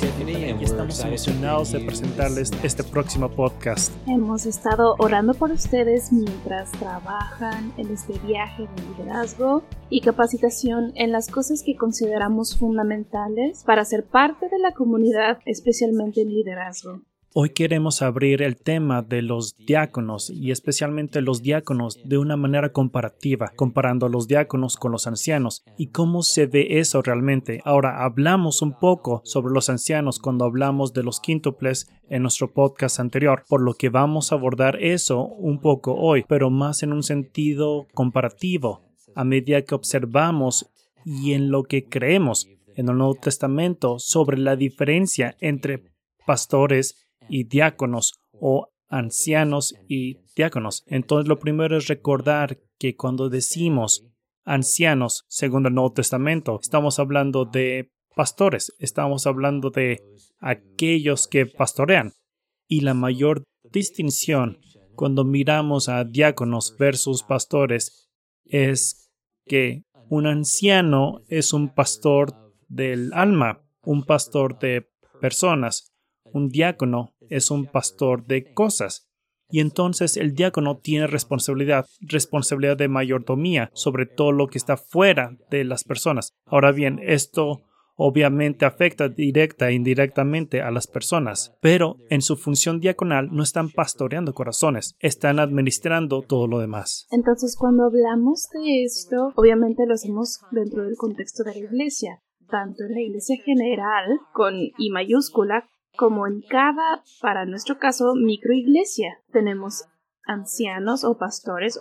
Tiffany, y estamos emocionados de presentarles este próximo podcast. Hemos estado orando por ustedes mientras trabajan en este viaje de liderazgo y capacitación en las cosas que consideramos fundamentales para ser parte de la comunidad, especialmente en liderazgo. Hoy queremos abrir el tema de los diáconos y especialmente los diáconos de una manera comparativa, comparando a los diáconos con los ancianos y cómo se ve eso realmente. Ahora, hablamos un poco sobre los ancianos cuando hablamos de los quíntuples en nuestro podcast anterior, por lo que vamos a abordar eso un poco hoy, pero más en un sentido comparativo, a medida que observamos y en lo que creemos en el Nuevo Testamento sobre la diferencia entre pastores y diáconos o ancianos y diáconos. Entonces lo primero es recordar que cuando decimos ancianos según el Nuevo Testamento, estamos hablando de pastores, estamos hablando de aquellos que pastorean. Y la mayor distinción cuando miramos a diáconos versus pastores es que un anciano es un pastor del alma, un pastor de personas. Un diácono es un pastor de cosas. Y entonces el diácono tiene responsabilidad de mayordomía sobre todo lo que está fuera de las personas. Ahora bien, esto obviamente afecta directa e indirectamente a las personas, pero en su función diaconal no están pastoreando corazones, están administrando todo lo demás. Entonces, cuando hablamos de esto, obviamente lo hacemos dentro del contexto de la iglesia, tanto en la iglesia general, con I mayúscula, como en cada, para nuestro caso, microiglesia. Tenemos ancianos o pastores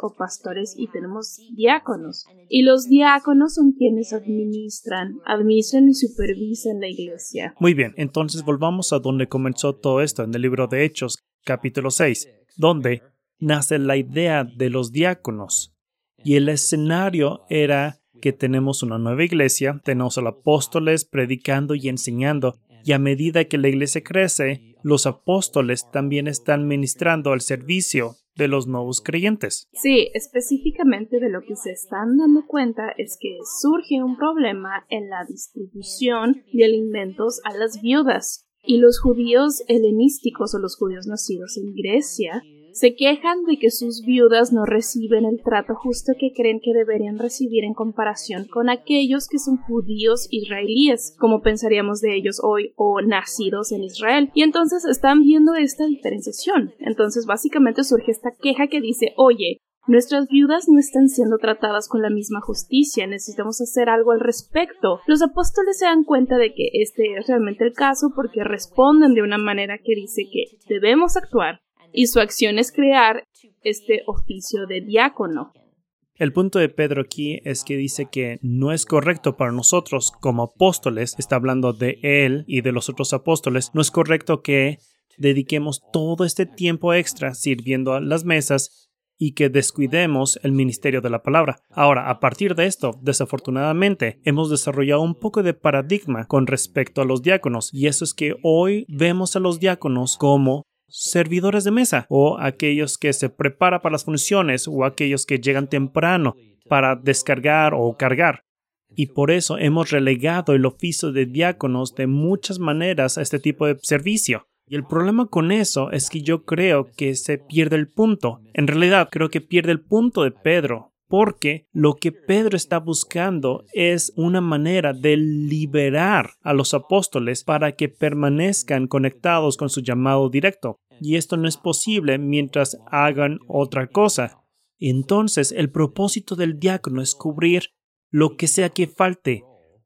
y tenemos diáconos. Y los diáconos son quienes administran y supervisan la iglesia. Muy bien, entonces volvamos a donde comenzó todo esto, en el libro de Hechos, capítulo 6, donde nace la idea de los diáconos. Y el escenario era que tenemos una nueva iglesia, tenemos a los apóstoles predicando y enseñando. Y a medida que la iglesia crece, los apóstoles también están ministrando al servicio de los nuevos creyentes. Sí, específicamente de lo que se están dando cuenta es que surge un problema en la distribución de alimentos a las viudas. Y los judíos helenísticos o los judíos nacidos en Grecia se quejan de que sus viudas no reciben el trato justo que creen que deberían recibir en comparación con aquellos que son judíos israelíes, como pensaríamos de ellos hoy, o nacidos en Israel. Y entonces están viendo esta diferenciación. Entonces básicamente surge esta queja que dice, oye, nuestras viudas no están siendo tratadas con la misma justicia, necesitamos hacer algo al respecto. Los apóstoles se dan cuenta de que este es realmente el caso porque responden de una manera que dice que debemos actuar. Y su acción es crear este oficio de diácono. El punto de Pedro aquí es que dice que no es correcto para nosotros como apóstoles, está hablando de él y de los otros apóstoles, no es correcto que dediquemos todo este tiempo extra sirviendo a las mesas y que descuidemos el ministerio de la palabra. Ahora, a partir de esto, desafortunadamente, hemos desarrollado un poco de paradigma con respecto a los diáconos, y eso es que hoy vemos a los diáconos como servidores de mesa o aquellos que se preparan para las funciones o aquellos que llegan temprano para descargar o cargar. Y por eso hemos relegado el oficio de diáconos de muchas maneras a este tipo de servicio. Y el problema con eso es que yo creo que se pierde el punto. En realidad, creo que pierde el punto de Pedro, porque lo que Pedro está buscando es una manera de liberar a los apóstoles para que permanezcan conectados con su llamado directo. Y esto no es posible mientras hagan otra cosa. Entonces, el propósito del diácono es cubrir lo que sea que falte,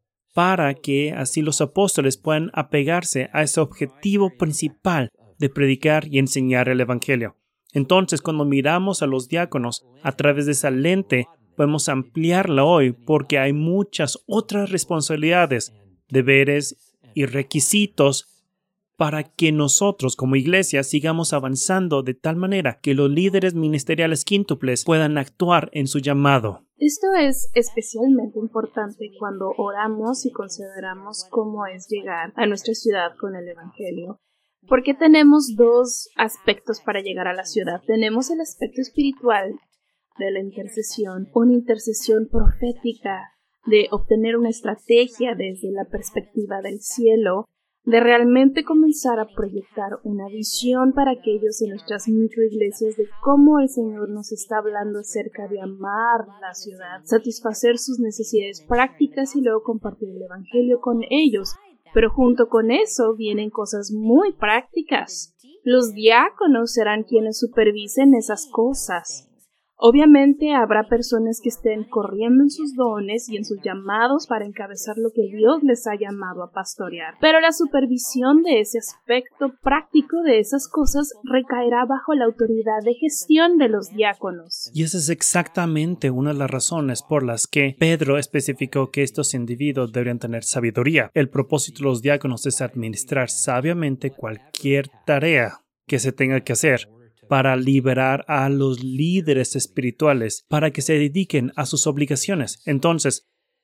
para que así los apóstoles puedan apegarse a ese objetivo principal de predicar y enseñar el evangelio. Entonces, cuando miramos a los diáconos a través de esa lente, podemos ampliarla hoy porque hay muchas otras responsabilidades, deberes y requisitos para que nosotros como iglesia sigamos avanzando de tal manera que los líderes ministeriales quíntuples puedan actuar en su llamado. Esto es especialmente importante cuando oramos y consideramos cómo es llegar a nuestra ciudad con el evangelio. Porque tenemos dos aspectos para llegar a la ciudad. Tenemos el aspecto espiritual de la intercesión, una intercesión profética de obtener una estrategia desde la perspectiva del cielo, de realmente comenzar a proyectar una visión para aquellos en nuestras microiglesias de cómo el Señor nos está hablando acerca de amar la ciudad, satisfacer sus necesidades prácticas y luego compartir el Evangelio con ellos. Pero junto con eso vienen cosas muy prácticas. Los diáconos serán quienes supervisen esas cosas. Obviamente habrá personas que estén corriendo en sus dones y en sus llamados para encabezar lo que Dios les ha llamado a pastorear. Pero la supervisión de ese aspecto práctico de esas cosas recaerá bajo la autoridad de gestión de los diáconos. Y esa es exactamente una de las razones por las que Pedro especificó que estos individuos deberían tener sabiduría. El propósito de los diáconos es administrar sabiamente cualquier tarea que se tenga que hacer para liberar a los líderes espirituales para que se dediquen a sus obligaciones. Entonces,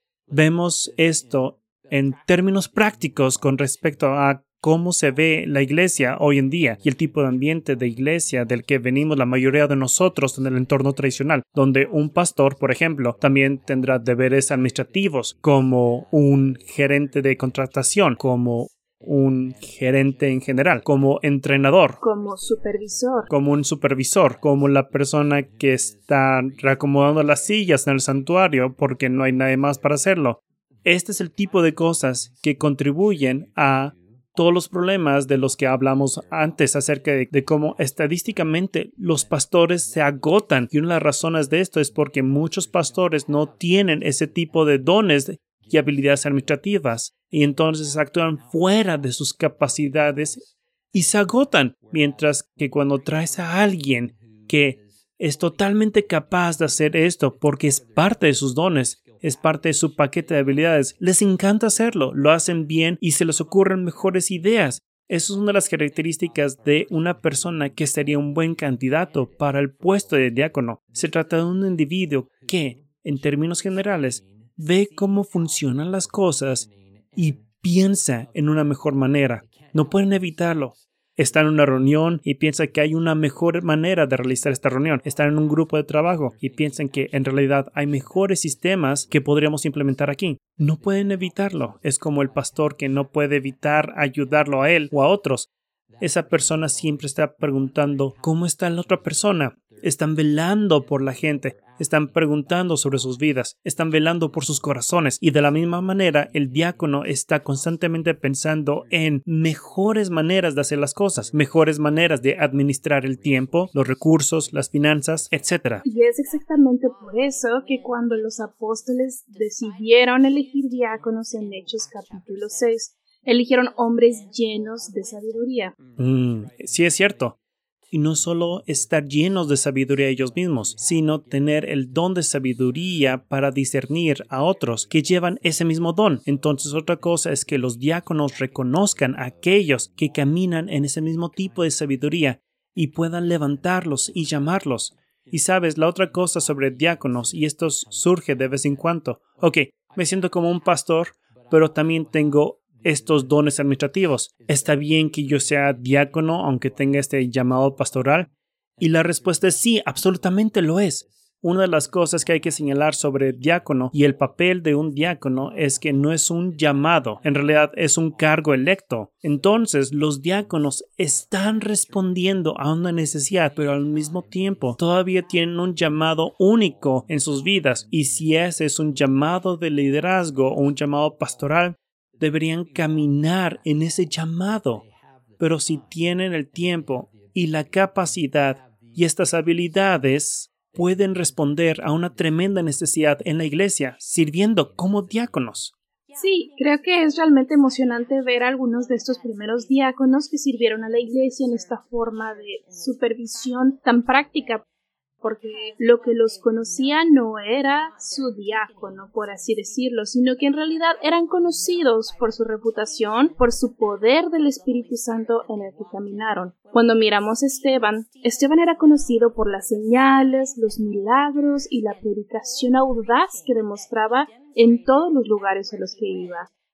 vemos esto en términos prácticos con respecto a cómo se ve la iglesia hoy en día y el tipo de ambiente de iglesia del que venimos la mayoría de nosotros en el entorno tradicional, donde un pastor, por ejemplo, también tendrá deberes administrativos como un gerente de contratación, como un gerente en general, como entrenador, como supervisor, como un supervisor, como la persona que está reacomodando las sillas en el santuario porque no hay nadie más para hacerlo. Este es el tipo de cosas que contribuyen a todos los problemas de los que hablamos antes acerca de cómo estadísticamente los pastores se agotan. Y una de las razones de esto es porque muchos pastores no tienen ese tipo de dones y habilidades administrativas y entonces actúan fuera de sus capacidades y se agotan, mientras que cuando traes a alguien que es totalmente capaz de hacer esto porque es parte de sus dones, es parte de su paquete de habilidades, les encanta hacerlo, lo hacen bien y se les ocurren mejores ideas. Eso es una de las características de una persona que sería un buen candidato para el puesto de diácono. Se trata de un individuo que, en términos generales, ve cómo funcionan las cosas y piensa en una mejor manera. No pueden evitarlo. Está en una reunión y piensa que hay una mejor manera de realizar esta reunión. Están en un grupo de trabajo y piensan que en realidad hay mejores sistemas que podríamos implementar aquí. No pueden evitarlo. Es como el pastor que no puede evitar ayudarlo a él o a otros. Esa persona siempre está preguntando ¿cómo está la otra persona? Están velando por la gente, están preguntando sobre sus vidas, están velando por sus corazones y de la misma manera el diácono está constantemente pensando en mejores maneras de hacer las cosas, mejores maneras de administrar el tiempo, los recursos, las finanzas, etc. Y es exactamente por eso que cuando los apóstoles decidieron elegir diáconos en Hechos capítulo 6, eligieron hombres llenos de sabiduría. Sí, es cierto. Y no solo estar llenos de sabiduría ellos mismos, sino tener el don de sabiduría para discernir a otros que llevan ese mismo don. Entonces, otra cosa es que los diáconos reconozcan a aquellos que caminan en ese mismo tipo de sabiduría y puedan levantarlos y llamarlos. Y sabes, la otra cosa sobre diáconos, y esto surge de vez en cuando. Ok, me siento como un pastor, pero también tengo estos dones administrativos. ¿Está bien que yo sea diácono aunque tenga este llamado pastoral? Y la respuesta es sí, absolutamente lo es. Una de las cosas que hay que señalar sobre diácono y el papel de un diácono es que no es un llamado, en realidad es un cargo electo. Entonces, los diáconos están respondiendo a una necesidad, pero al mismo tiempo todavía tienen un llamado único en sus vidas. Y si ese es un llamado de liderazgo o un llamado pastoral, deberían caminar en ese llamado, pero si tienen el tiempo y la capacidad y estas habilidades, pueden responder a una tremenda necesidad en la iglesia, sirviendo como diáconos. Sí, creo que es realmente emocionante ver a algunos de estos primeros diáconos que sirvieron a la iglesia en esta forma de supervisión tan práctica, porque lo que los conocía no era su diácono, por así decirlo, sino que en realidad eran conocidos por su reputación, por su poder del Espíritu Santo en el que caminaron. Cuando miramos a Esteban era conocido por las señales, los milagros y la predicación audaz que demostraba en todos los lugares a los que iba.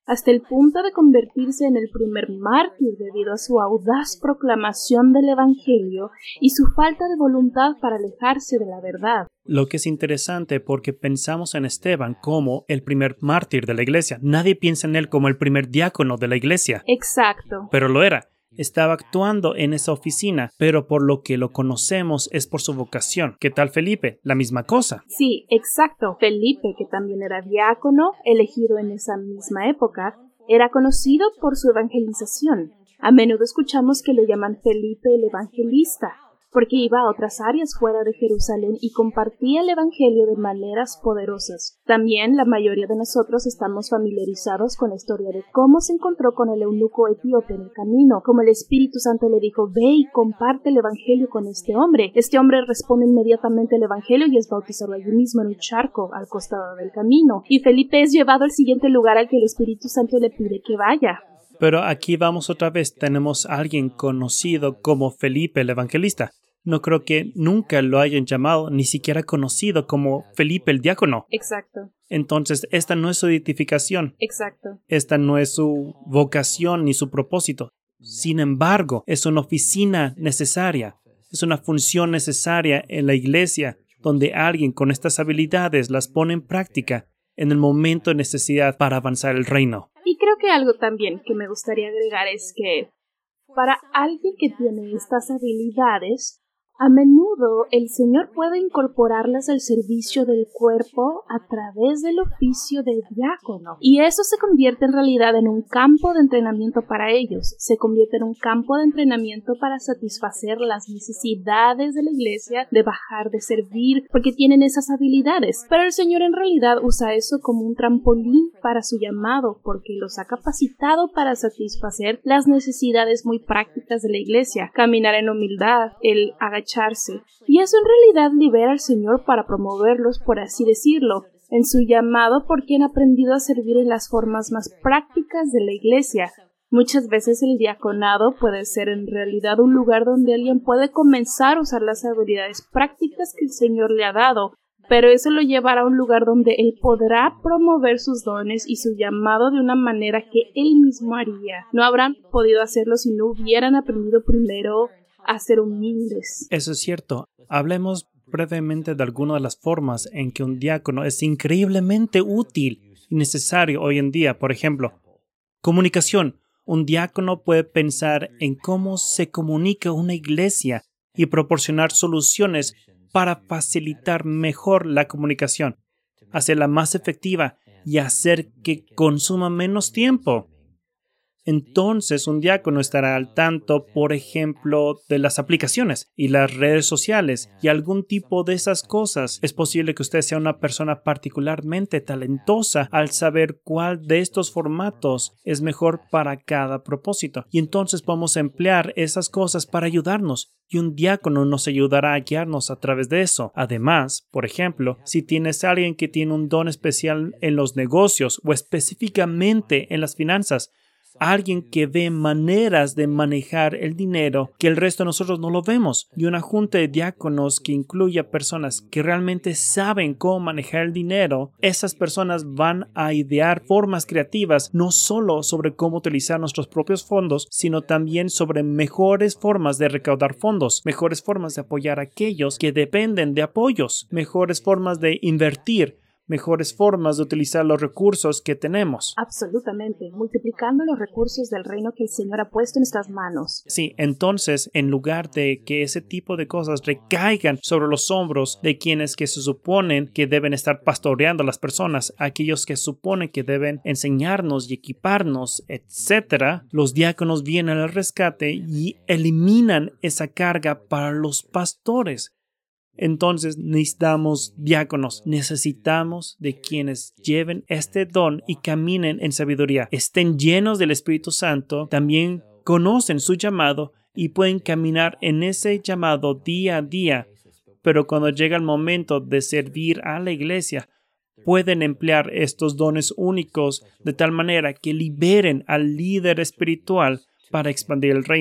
hasta el punto de convertirse en el primer mártir debido a su audaz proclamación del Evangelio y su falta de voluntad para alejarse de la verdad. Lo que es interesante porque pensamos en Esteban como el primer mártir de la iglesia. Nadie piensa en él como el primer diácono de la iglesia. Exacto. Pero lo era. Estaba actuando en esa oficina, pero por lo que lo conocemos es por su vocación. ¿Qué tal Felipe? La misma cosa. Sí, exacto. Felipe, que también era diácono, elegido en esa misma época, era conocido por su evangelización. A menudo escuchamos que lo llaman Felipe el Evangelista, porque iba a otras áreas fuera de Jerusalén y compartía el Evangelio de maneras poderosas. También la mayoría de nosotros estamos familiarizados con la historia de cómo se encontró con el eunuco etíope en el camino, como el Espíritu Santo le dijo, ve y comparte el Evangelio con este hombre. Este hombre responde inmediatamente al Evangelio y es bautizado allí mismo en un charco al costado del camino. Y Felipe es llevado al siguiente lugar al que el Espíritu Santo le pide que vaya. Pero aquí vamos otra vez, tenemos a alguien conocido como Felipe el Evangelista. No creo que nunca lo hayan llamado, ni siquiera conocido como Felipe el diácono. Exacto. Entonces, esta no es su identificación. Exacto. Esta no es su vocación ni su propósito. Sin embargo, es una oficina necesaria. Es una función necesaria en la iglesia, donde alguien con estas habilidades las pone en práctica en el momento de necesidad para avanzar el reino. Y creo que algo también que me gustaría agregar es que para alguien que tiene estas habilidades, a menudo el Señor puede incorporarlas al servicio del cuerpo a través del oficio de diácono. Y eso se convierte en realidad en un campo de entrenamiento para ellos. Se convierte en un campo de entrenamiento para satisfacer las necesidades de la iglesia, de bajar, de servir, porque tienen esas habilidades. Pero el Señor en realidad usa eso como un trampolín para su llamado, porque los ha capacitado para satisfacer las necesidades muy prácticas de la iglesia. Caminar en humildad, el agacharse. Y eso en realidad libera al Señor para promoverlos, por así decirlo, en su llamado porque han aprendido a servir en las formas más prácticas de la iglesia. Muchas veces el diaconado puede ser en realidad un lugar donde alguien puede comenzar a usar las habilidades prácticas que el Señor le ha dado, pero eso lo llevará a un lugar donde él podrá promover sus dones y su llamado de una manera que él mismo haría. No habrán podido hacerlo si no hubieran aprendido primero a ser humildes. Eso es cierto. Hablemos brevemente de algunas de las formas en que un diácono es increíblemente útil y necesario hoy en día. Por ejemplo, comunicación. Un diácono puede pensar en cómo se comunica una iglesia y proporcionar soluciones para facilitar mejor la comunicación, hacerla más efectiva y hacer que consuma menos tiempo. Entonces, un diácono estará al tanto, por ejemplo, de las aplicaciones y las redes sociales y algún tipo de esas cosas. Es posible que usted sea una persona particularmente talentosa al saber cuál de estos formatos es mejor para cada propósito. Y entonces podemos emplear esas cosas para ayudarnos. Y un diácono nos ayudará a guiarnos a través de eso. Además, por ejemplo, si tienes a alguien que tiene un don especial en los negocios o específicamente en las finanzas, alguien que ve maneras de manejar el dinero que el resto de nosotros no lo vemos, y una junta de diáconos que incluya personas que realmente saben cómo manejar el dinero, esas personas van a idear formas creativas no solo sobre cómo utilizar nuestros propios fondos, sino también sobre mejores formas de recaudar fondos, mejores formas de apoyar a aquellos que dependen de apoyos, mejores formas de invertir, mejores formas de utilizar los recursos que tenemos. Absolutamente, multiplicando los recursos del reino que el Señor ha puesto en nuestras manos. Sí, entonces, en lugar de que ese tipo de cosas recaigan sobre los hombros de quienes que se suponen que deben estar pastoreando a las personas, aquellos que suponen que deben enseñarnos y equiparnos, etc., los diáconos vienen al rescate y eliminan esa carga para los pastores. Entonces necesitamos diáconos, necesitamos de quienes lleven este don y caminen en sabiduría, estén llenos del Espíritu Santo, también conocen su llamado y pueden caminar en ese llamado día a día, pero cuando llega el momento de servir a la iglesia, pueden emplear estos dones únicos de tal manera que liberen al líder espiritual para expandir el reino.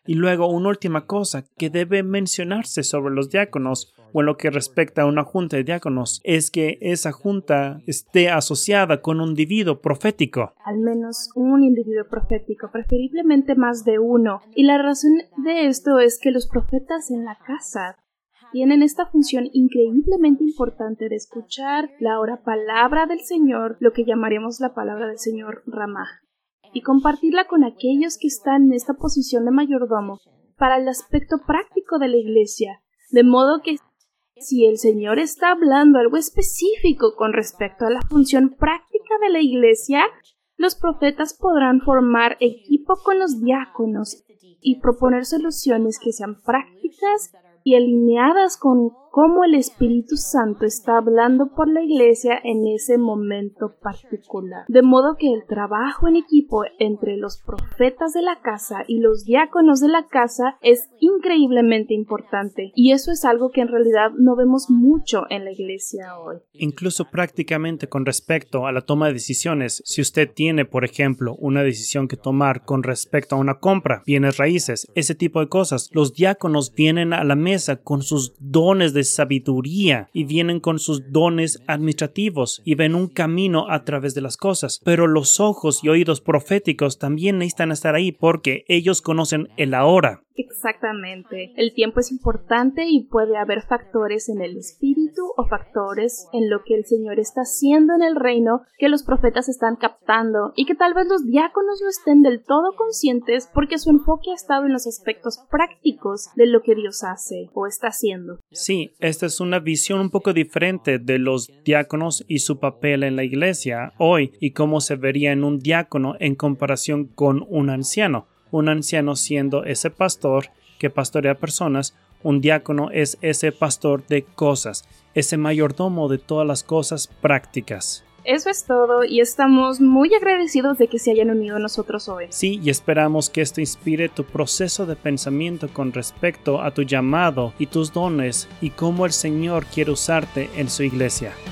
Y luego, una última cosa que debe mencionarse sobre los diáconos, o en lo que respecta a una junta de diáconos, es que esa junta esté asociada con un individuo profético. Al menos un individuo profético, preferiblemente más de uno. Y la razón de esto es que los profetas en la casa tienen esta función increíblemente importante de escuchar la palabra del Señor, lo que llamaremos la palabra del Señor Ramá, y compartirla con aquellos que están en esta posición de mayordomo para el aspecto práctico de la iglesia, de modo que si el Señor está hablando algo específico con respecto a la función práctica de la iglesia, los profetas podrán formar equipo con los diáconos y proponer soluciones que sean prácticas y alineadas con cómo el Espíritu Santo está hablando por la iglesia en ese momento particular. De modo que el trabajo en equipo entre los profetas de la casa y los diáconos de la casa es increíblemente importante, y eso es algo que en realidad no vemos mucho en la iglesia hoy. Incluso prácticamente con respecto a la toma de decisiones, si usted tiene, por ejemplo, una decisión que tomar con respecto a una compra, bienes raíces, ese tipo de cosas, los diáconos vienen a la mesa con sus dones de sabiduría y vienen con sus dones administrativos y ven un camino a través de las cosas, pero los ojos y oídos proféticos también necesitan estar ahí porque ellos conocen el ahora. Exactamente. El tiempo es importante y puede haber factores en el espíritu o factores en lo que el Señor está haciendo en el reino que los profetas están captando y que tal vez los diáconos no estén del todo conscientes porque su enfoque ha estado en los aspectos prácticos de lo que Dios hace o está haciendo. Sí, esta es una visión un poco diferente de los diáconos y su papel en la iglesia hoy y cómo se vería en un diácono en comparación con un anciano. Un anciano siendo ese pastor que pastorea personas, un diácono es ese pastor de cosas, ese mayordomo de todas las cosas prácticas. Eso es todo y estamos muy agradecidos de que se hayan unido a nosotros hoy. Sí, y esperamos que esto inspire tu proceso de pensamiento con respecto a tu llamado y tus dones y cómo el Señor quiere usarte en su iglesia.